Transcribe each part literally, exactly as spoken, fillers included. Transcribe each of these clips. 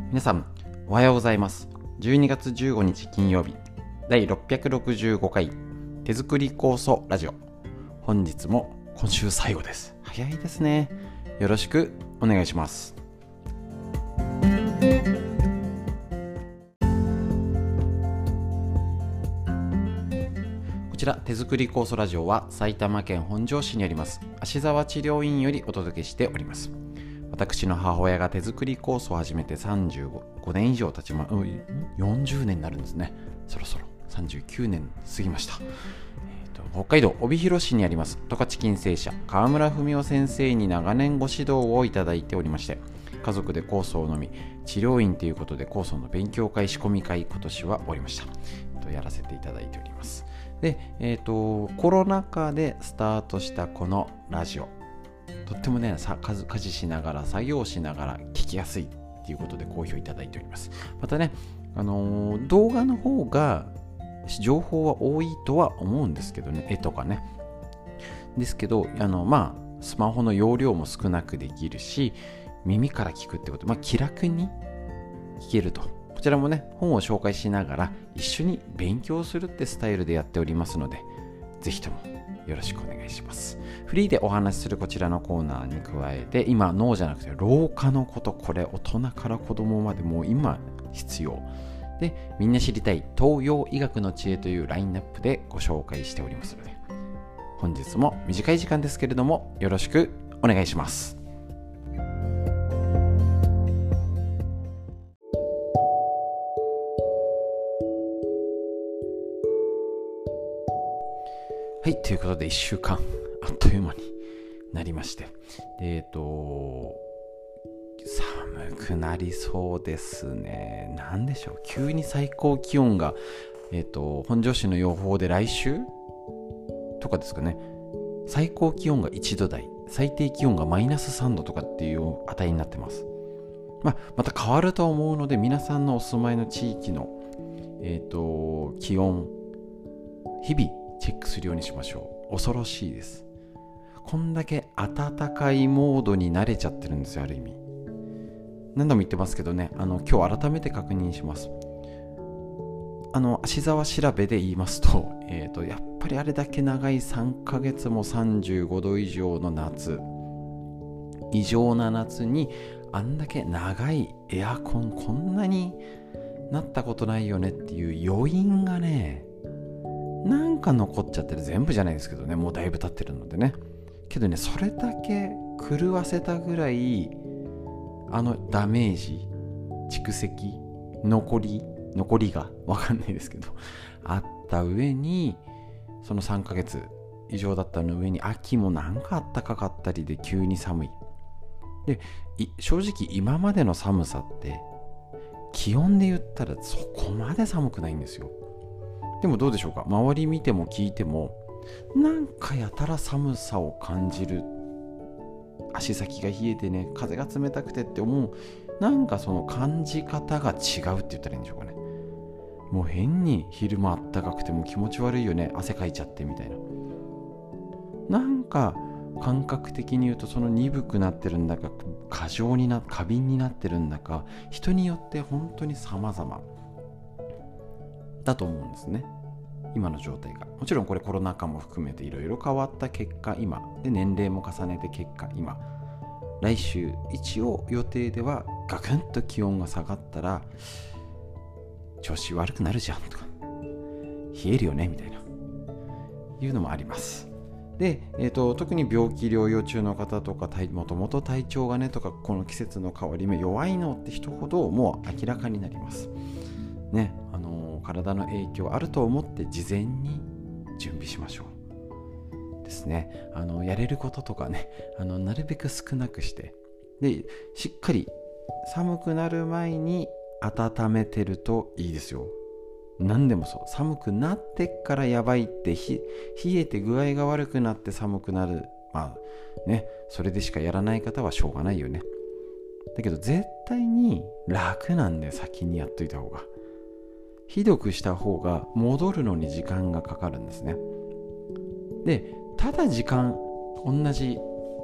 皆さんおはようございます。じゅうにがつじゅうごにち金曜日、だいろっぴゃくろくじゅうごかい手作り酵素ラジオ。本日も今週最後です。早いですね。よろしくお願いします。こちら手作り酵素ラジオは埼玉県本庄市にあります芦沢治療院よりお届けしております。私の母親が手作り酵素を始めてさんじゅうごねん以上経ちま、よんじゅうねんになるんですね。そろそろさんじゅうきゅうねん過ぎました。えーと、北海道帯広市にあります十勝金星社川村文夫先生に長年ご指導をいただいておりまして、家族で酵素を飲み、治療院ということで酵素の勉強会仕込み会、今年は終わりました。とやらせていただいております。で、えーと、コロナ禍でスタートしたこのラジオ、とってもね、さ家事しながら作業しながら聞きやすいっていうことで好評いただいております。またね、あのー、動画の方が情報は多いとは思うんですけどね、絵とかね。ですけど、あのまあスマホの容量も少なくできるし、耳から聞くってこと、まあ気楽に聞けると。こちらもね、本を紹介しながら一緒に勉強するってスタイルでやっておりますので、ぜひともよろしくお願いします。フリーでお話しするこちらのコーナーに加えて、今脳じゃなくて老化のこと、これ大人から子供までもう今必要で、みんな知りたい東洋医学の知恵というラインナップでご紹介しておりますので、本日も短い時間ですけれどもよろしくお願いします。はい、ということでいっしゅうかんあっという間になりまして、えっと寒くなりそうですね。なんでしょう、急に最高気温が、えっと本庄市の予報で来週とかですかね、最高気温がいちど台、最低気温がマイナスさんどとかっていう値になってます。まあ、また変わると思うので、皆さんのお住まいの地域の、えっと気温日々チェックするようにしましょう。恐ろしいです。こんだけ暖かいモードに慣れちゃってるんですよ、ある意味。何度も言ってますけどね、あの今日改めて確認します。あの芦沢調べで言いますと、えーと、やっぱりあれだけ長いさんかげつもさんじゅうごど以上の夏、異常な夏にあんだけ長いエアコン、こんなになったことないよねっていう余韻がね、なんか残っちゃってる。全部じゃないですけどね、もうだいぶ経ってるのでね。けどね、それだけ狂わせたぐらい、あのダメージ、蓄積、残り残りがわかんないですけどあった上に、そのさんかげつ以上だったの上に秋もなんかあったかかったりで急に寒いで、正直今までの寒さって気温で言ったらそこまで寒くないんですよ。でもどうでしょうか、周り見ても聞いてもなんかやたら寒さを感じる。足先が冷えてね、風が冷たくてって思う、なんかその感じ方が違うって言ったらいいんでしょうかね。もう変に昼間あったかくても気持ち悪いよね、汗かいちゃってみたいな。なんか感覚的に言うと、その鈍くなってるんだか過剰にな過敏になってるんだか、人によって本当に様々だと思うんですね、今の状態が。もちろんこれコロナ禍も含めていろいろ変わった結果、今で年齢も重ねて結果今、来週一応予定ではガクンと気温が下がったら調子悪くなるじゃんとか、冷えるよねみたいないうのもあります。で、えーと、特に病気療養中の方とか、もともと体調がねとか、この季節の変わり目弱いのって人ほどもう明らかになりますね。あのー、体の影響あると思って事前に準備しましょうですね。あのやれることとかね、あのなるべく少なくして、でしっかり寒くなる前に温めてるといいですよ。何でもそう、寒くなってからやばいって、ひ冷えて具合が悪くなって寒くなる、まあね、それでしかやらない方はしょうがないよね。だけど絶対に楽なんで、先にやっといた方が。ひどくした方が戻るのに時間がかかるんですね。で、ただ時間同じ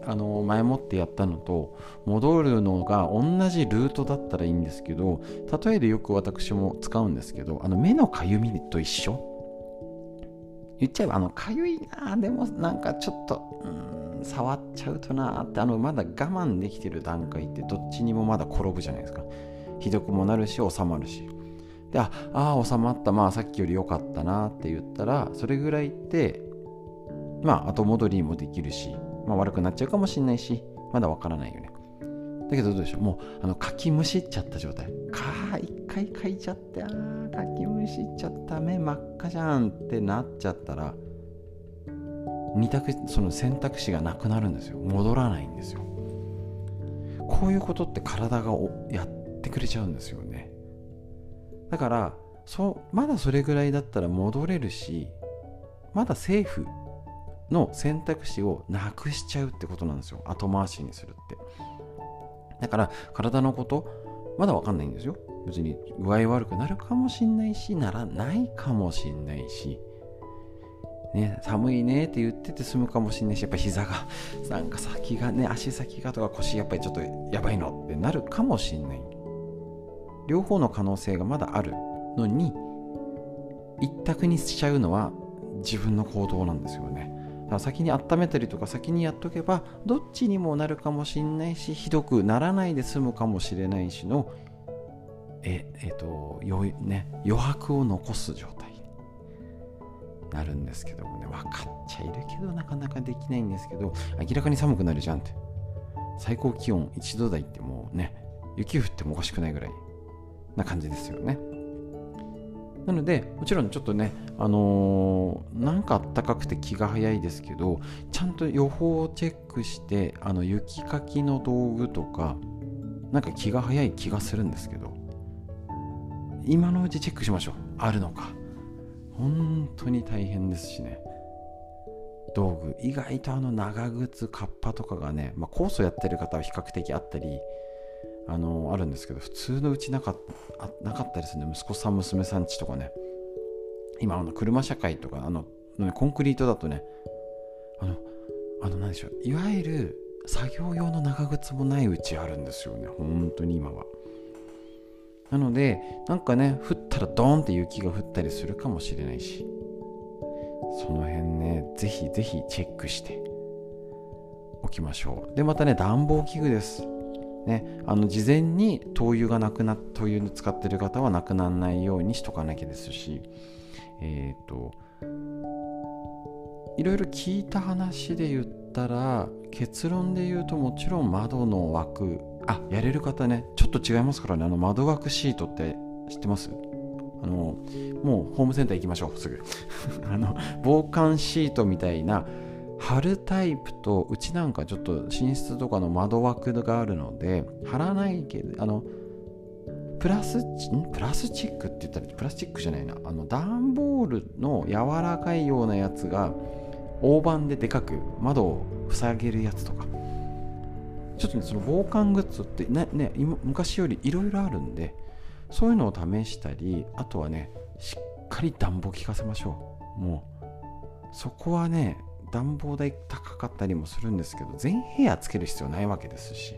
あの前もってやったのと戻るのが同じルートだったらいいんですけど、例えでよく私も使うんですけど、あの目のかゆみと一緒。言っちゃえばあのかゆいな、でもなんかちょっとうーん触っちゃうとなって、あのまだ我慢できてる段階ってどっちにもまだ転ぶじゃないですか。ひどくもなるし収まるし、でああ収まった、まあさっきより良かったなって言ったら、それぐらいってまあ後戻りもできるし、まあ悪くなっちゃうかもしれないし、まだわからないよね。だけどどうでしょう、もうあのかきむしっちゃった状態、か一回かいちゃって、あーかきむしっちゃった、目真っ赤じゃんってなっちゃったら、二択、その選択肢がなくなるんですよ。戻らないんですよ。こういうことって体がやってくれちゃうんですよね。だからそうまだそれぐらいだったら戻れるし、まだセーフの選択肢をなくしちゃうってことなんですよ。後回しにするって。だから体のことまだわかんないんですよ。別に具合悪くなるかもしんないし、ならないかもしんないし、ね、寒いねって言ってて済むかもしんないし、やっぱ膝がなんか先がね、足先がとか腰やっぱりちょっとやばいのってなるかもしんない。両方の可能性がまだあるのに、一択にしちゃうのは自分の行動なんですよね。だから先に温めたりとか先にやっとけばどっちにもなるかもしれないし、ひどくならないで済むかもしれないしのええっと余、ね、余白を残す状態になるんですけどもね、分かっちゃいるけどなかなかできないんですけど、明らかに寒くなるじゃんって、最高気温いちど台ってもうね、雪降ってもおかしくないぐらいな感じですよね。なのでもちろんちょっとね、あのー、なんか暖かくて気が早いですけど、ちゃんと予報をチェックして、あの雪かきの道具とかなんか気が早い気がするんですけど、今のうちチェックしましょう。あるのか。本当に大変ですしね。道具意外とあの長靴カッパとかがね、まあ、コースをやってる方は比較的あったりあのあるんですけど、普通のうちなかったなかったりするね。息子さん娘さん家とかね、今あの車社会とかあのコンクリートだとね、あのあの何でしょう、いわゆる作業用の長靴もないうちあるんですよね、本当に今は。なのでなんかね、降ったらドーンって雪が降ったりするかもしれないし、その辺ね、ぜひぜひチェックしておきましょう。でまたね、暖房器具ですね、あの事前に灯油がなくな灯油に使ってる方はなくならないようにしとかなきゃですし、えっといろいろ聞いた話で言ったら、結論で言うともちろん窓の枠、あ、やれる方ね、ちょっと違いますからね。あの窓枠シートって知ってます？あのもうホームセンター行きましょう、すぐあの防寒シートみたいな貼るタイプと、うちなんかちょっと寝室とかの窓枠があるので貼らないけど、あのプラスチんプラスチックって言ったらプラスチックじゃないな、あの段ボールの柔らかいようなやつが大判ででかく窓を塞げるやつとか、ちょっとね、その防寒グッズってね、ね今昔よりいろいろあるんで、そういうのを試したり、あとはね、しっかり暖房効かせましょう。もうそこはね、暖房代高かったりもするんですけど、全部屋つける必要ないわけですし、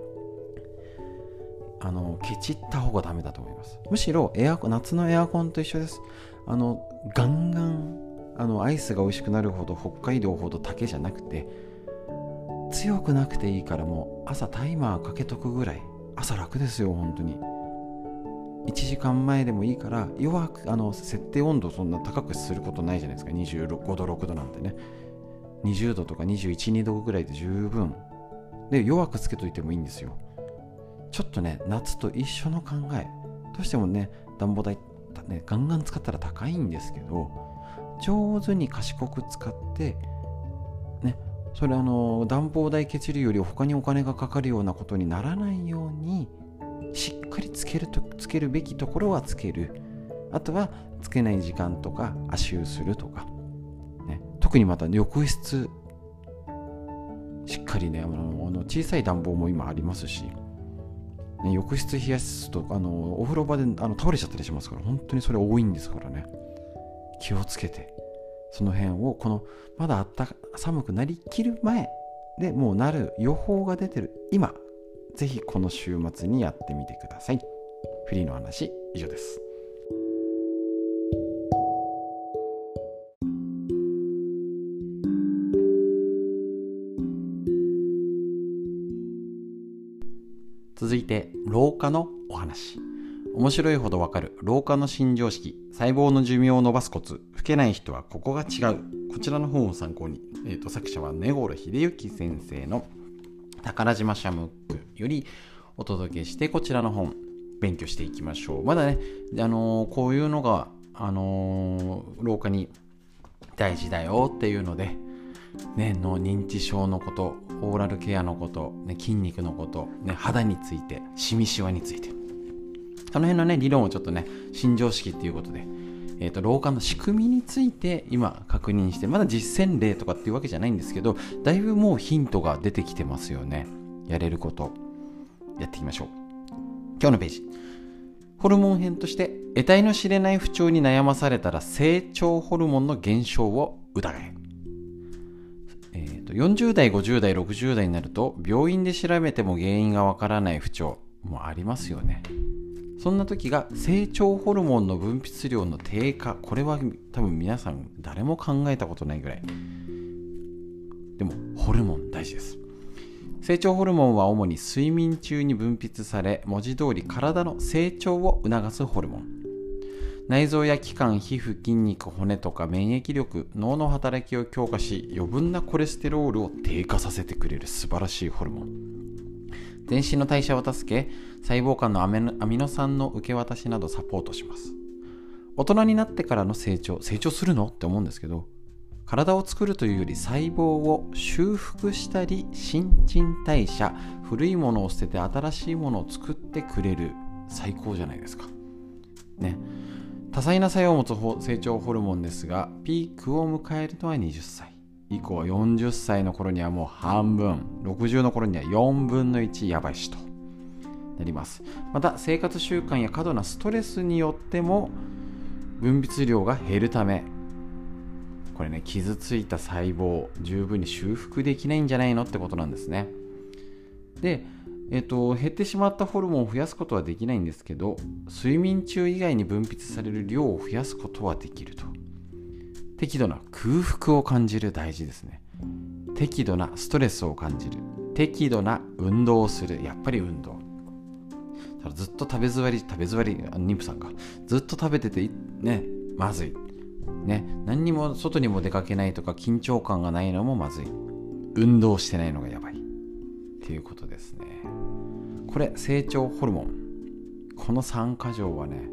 あのケチった方がダメだと思います。むしろエアコン、夏のエアコンと一緒です。あのガンガンあのアイスが美味しくなるほど北海道ほど竹じゃなくて、強くなくていいから、もう朝タイマーかけとくぐらい、朝楽ですよ本当に。いちじかんまえでもいいから弱く、あの設定温度そんな高くすることないじゃないですか。にじゅうごどろくどなんてね、にじゅうどとかにじゅういち、にどぐらいで十分で、弱くつけといてもいいんですよ。ちょっとね、夏と一緒の考え、どうしてもね、暖房代、ね、ガンガン使ったら高いんですけど、上手に賢く使ってね、それあの暖房代ケチるより他にお金がかかるようなことにならないように、しっかりつけるとつけるべきところはつける、あとはつけない時間とか足湯するとか、ね、特にまた浴室しっかりね、あのあの小さい暖房も今ありますし、ね、浴室冷やすとあのお風呂場であの倒れちゃったりしますから、本当にそれ多いんですからね。気をつけて、その辺をこのまだあった寒くなりきる前でもうなる予報が出てる今、ぜひこの週末にやってみてください。フリーの話以上です。続いて老化のお話。面白いほどわかる老化の新常識、細胞の寿命を伸ばすコツ、老けない人はここが違う。こちらの本を参考に、えーと、作者は根頃秀幸先生の宝島シャムックよりお届けして、こちらの本勉強していきましょう。まだね、あのー、こういうのが、あのー、老化に大事だよっていうので、ね、の認知症のこと、オーラルケアのこと、ね、筋肉のこと、ね、肌について、シミシワについて、その辺のね理論をちょっとね新常識っていうことで、えーと、老化の仕組みについて今確認して、まだ実践例とかっていうわけじゃないんですけど、だいぶもうヒントが出てきてますよね。やれることやっていきましょう。今日のページ、ホルモン編として、得体の知れない不調に悩まされたら成長ホルモンの減少を疑え。えーと、よんじゅう代、ごじゅう代、ろくじゅう代になると病院で調べても原因がわからない不調もありますよね。そんな時が成長ホルモンの分泌量の低下、これは多分皆さん誰も考えたことないぐらい。でもホルモン大事です。成長ホルモンは主に睡眠中に分泌され、文字通り体の成長を促すホルモン。内臓や器官、皮膚、筋肉、骨とか免疫力、脳の働きを強化し、余分なコレステロールを低下させてくれる素晴らしいホルモン。全身の代謝を助け、細胞間のアミノ酸の受け渡しなどサポートします。大人になってからの成長、成長するのって思うんですけど、体を作るというより細胞を修復したり、新陳代謝、古いものを捨てて新しいものを作ってくれる、最高じゃないですかね。多彩な作用を持つ成長ホルモンですが、ピークを迎えるのははたち以降はよんじゅっさいの頃にはもう半分、ろくじゅうの頃にはよんぶんのいちやばいしとなります。また生活習慣や過度なストレスによっても分泌量が減るため、これね、傷ついた細胞を十分に修復できないんじゃないのってことなんですね。で、えっと、減ってしまったホルモンを増やすことはできないんですけど、睡眠中以外に分泌される量を増やすことはできると。適度な空腹を感じる、大事ですね。適度なストレスを感じる、適度な運動をする、やっぱり運動。ただずっと食べ座り食べ座り妊婦さんがずっと食べててね、まずいね。何にも外にも出かけないとか緊張感がないのもまずい。運動してないのがやばいっていうことですね。これ成長ホルモン、このさんか条はね、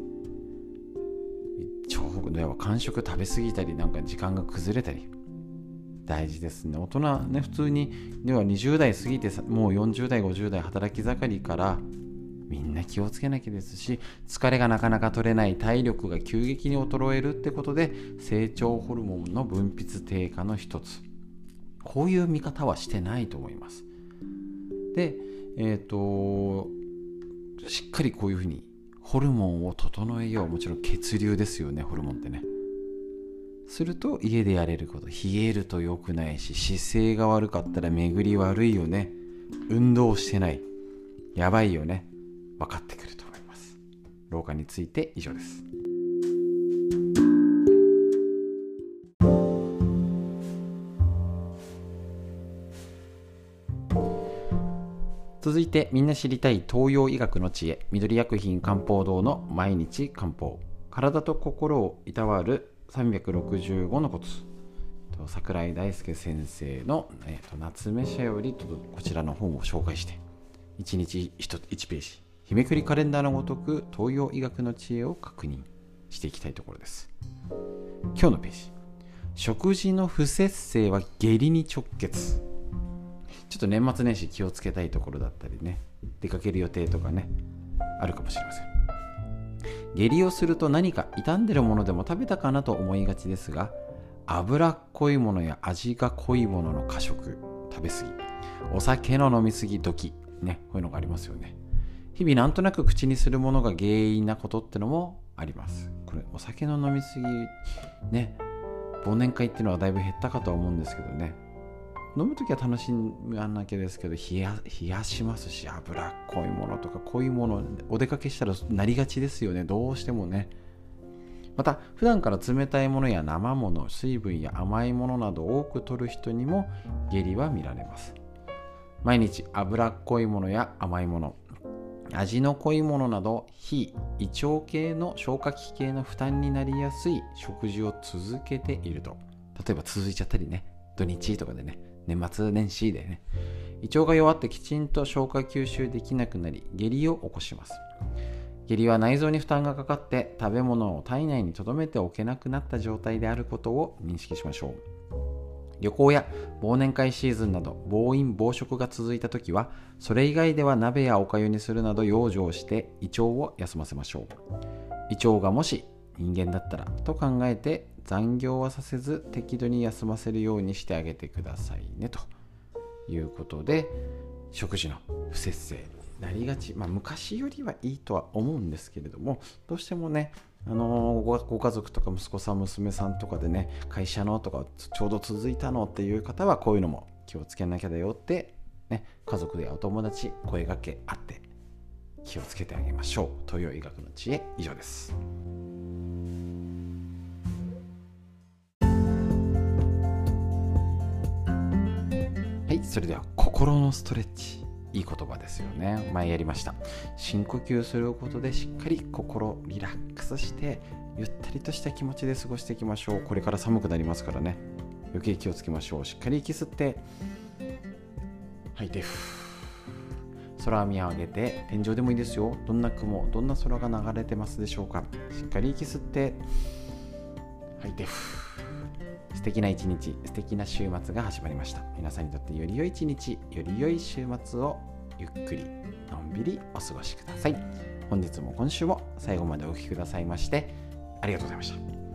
間食食べ過ぎたり、なんか時間が崩れたり大事ですね。大人ね、普通にではにじゅう代過ぎてもうよんじゅう代ごじゅう代働き盛りからみんな気をつけなきゃですし、疲れがなかなか取れない、体力が急激に衰えるってことで成長ホルモンの分泌低下の一つ、こういう見方はしてないと思います。で、えっとしっかりこういうふうにホルモンを整えよう。もちろん血流ですよね、ホルモンってね。すると家でやれること、冷えると良くないし、姿勢が悪かったら巡り悪いよね、運動してない、やばいよね、分かってくると思います。老化について以上です。続いてみんな知りたい東洋医学の知恵、緑薬品漢方堂の毎日漢方、体と心をいたわるさんびゃくろくじゅうごのコツ、櫻井大輔先生の、えー、と夏目社よりこちらの本を紹介して、いちにち 1, いちページ、日めくりカレンダーのごとく東洋医学の知恵を確認していきたいところです。今日のページ、食事の不節制は下痢に直結。ちょっと年末年始気をつけたいところだったりね、出かける予定とかねあるかもしれません。下痢をすると何か傷んでるものでも食べたかなと思いがちですが、脂っこいものや味が濃いものの過食、食べ過ぎ、お酒の飲み過ぎ時ね、こういうのがありますよね。日々なんとなく口にするものが原因なことってのもあります。これお酒の飲み過ぎね、忘年会っていうのはだいぶ減ったかとは思うんですけどね、 飲むときは楽しむわけですけど、冷や、冷やしますし、脂っこいものとかこういうものお出かけしたらなりがちですよね、どうしてもね。また普段から冷たいものや生もの、水分や甘いものなどを多く摂る人にも下痢は見られます。毎日脂っこいものや甘いもの、味の濃いものなど非胃腸系の消化器系の負担になりやすい食事を続けていると、例えば続いちゃったりね、土日とかでね、年末年始でね、胃腸が弱ってきちんと消化吸収できなくなり下痢を起こします。下痢は内臓に負担がかかって食べ物を体内に留めておけなくなった状態であることを認識しましょう。旅行や忘年会シーズンなど暴飲暴食が続いたときは、それ以外では鍋やおかゆにするなど養生して胃腸を休ませましょう。胃腸がもし人間だったらと考えて残業はさせず適度に休ませるようにしてあげてくださいね、ということで、食事の不節制になりがち、まあ昔よりはいいとは思うんですけれども、どうしてもね、あのー、ご, ご家族とか息子さん娘さんとかでね、会社のとかちょうど続いたのっていう方はこういうのも気をつけなきゃだよってね、家族やお友達声掛けあって気をつけてあげましょうという医学の知恵、以上です。はい、それでは心のストレッチ、いい言葉ですよね。前やりました。深呼吸することでしっかり心リラックスしてゆったりとした気持ちで過ごしていきましょう。これから寒くなりますからね、余計気をつけましょう。しっかり息吸って吐いて、空を見上げて、天井でもいいですよ。どんな雲、どんな空が流れてますでしょうか。しっかり息吸って吐いて、素敵な一日、素敵な週末が始まりました。皆さんにとってより良い一日、より良い週末をゆっくりのんびりお過ごしください。本日も今週も最後までお聞きくださいましてありがとうございました。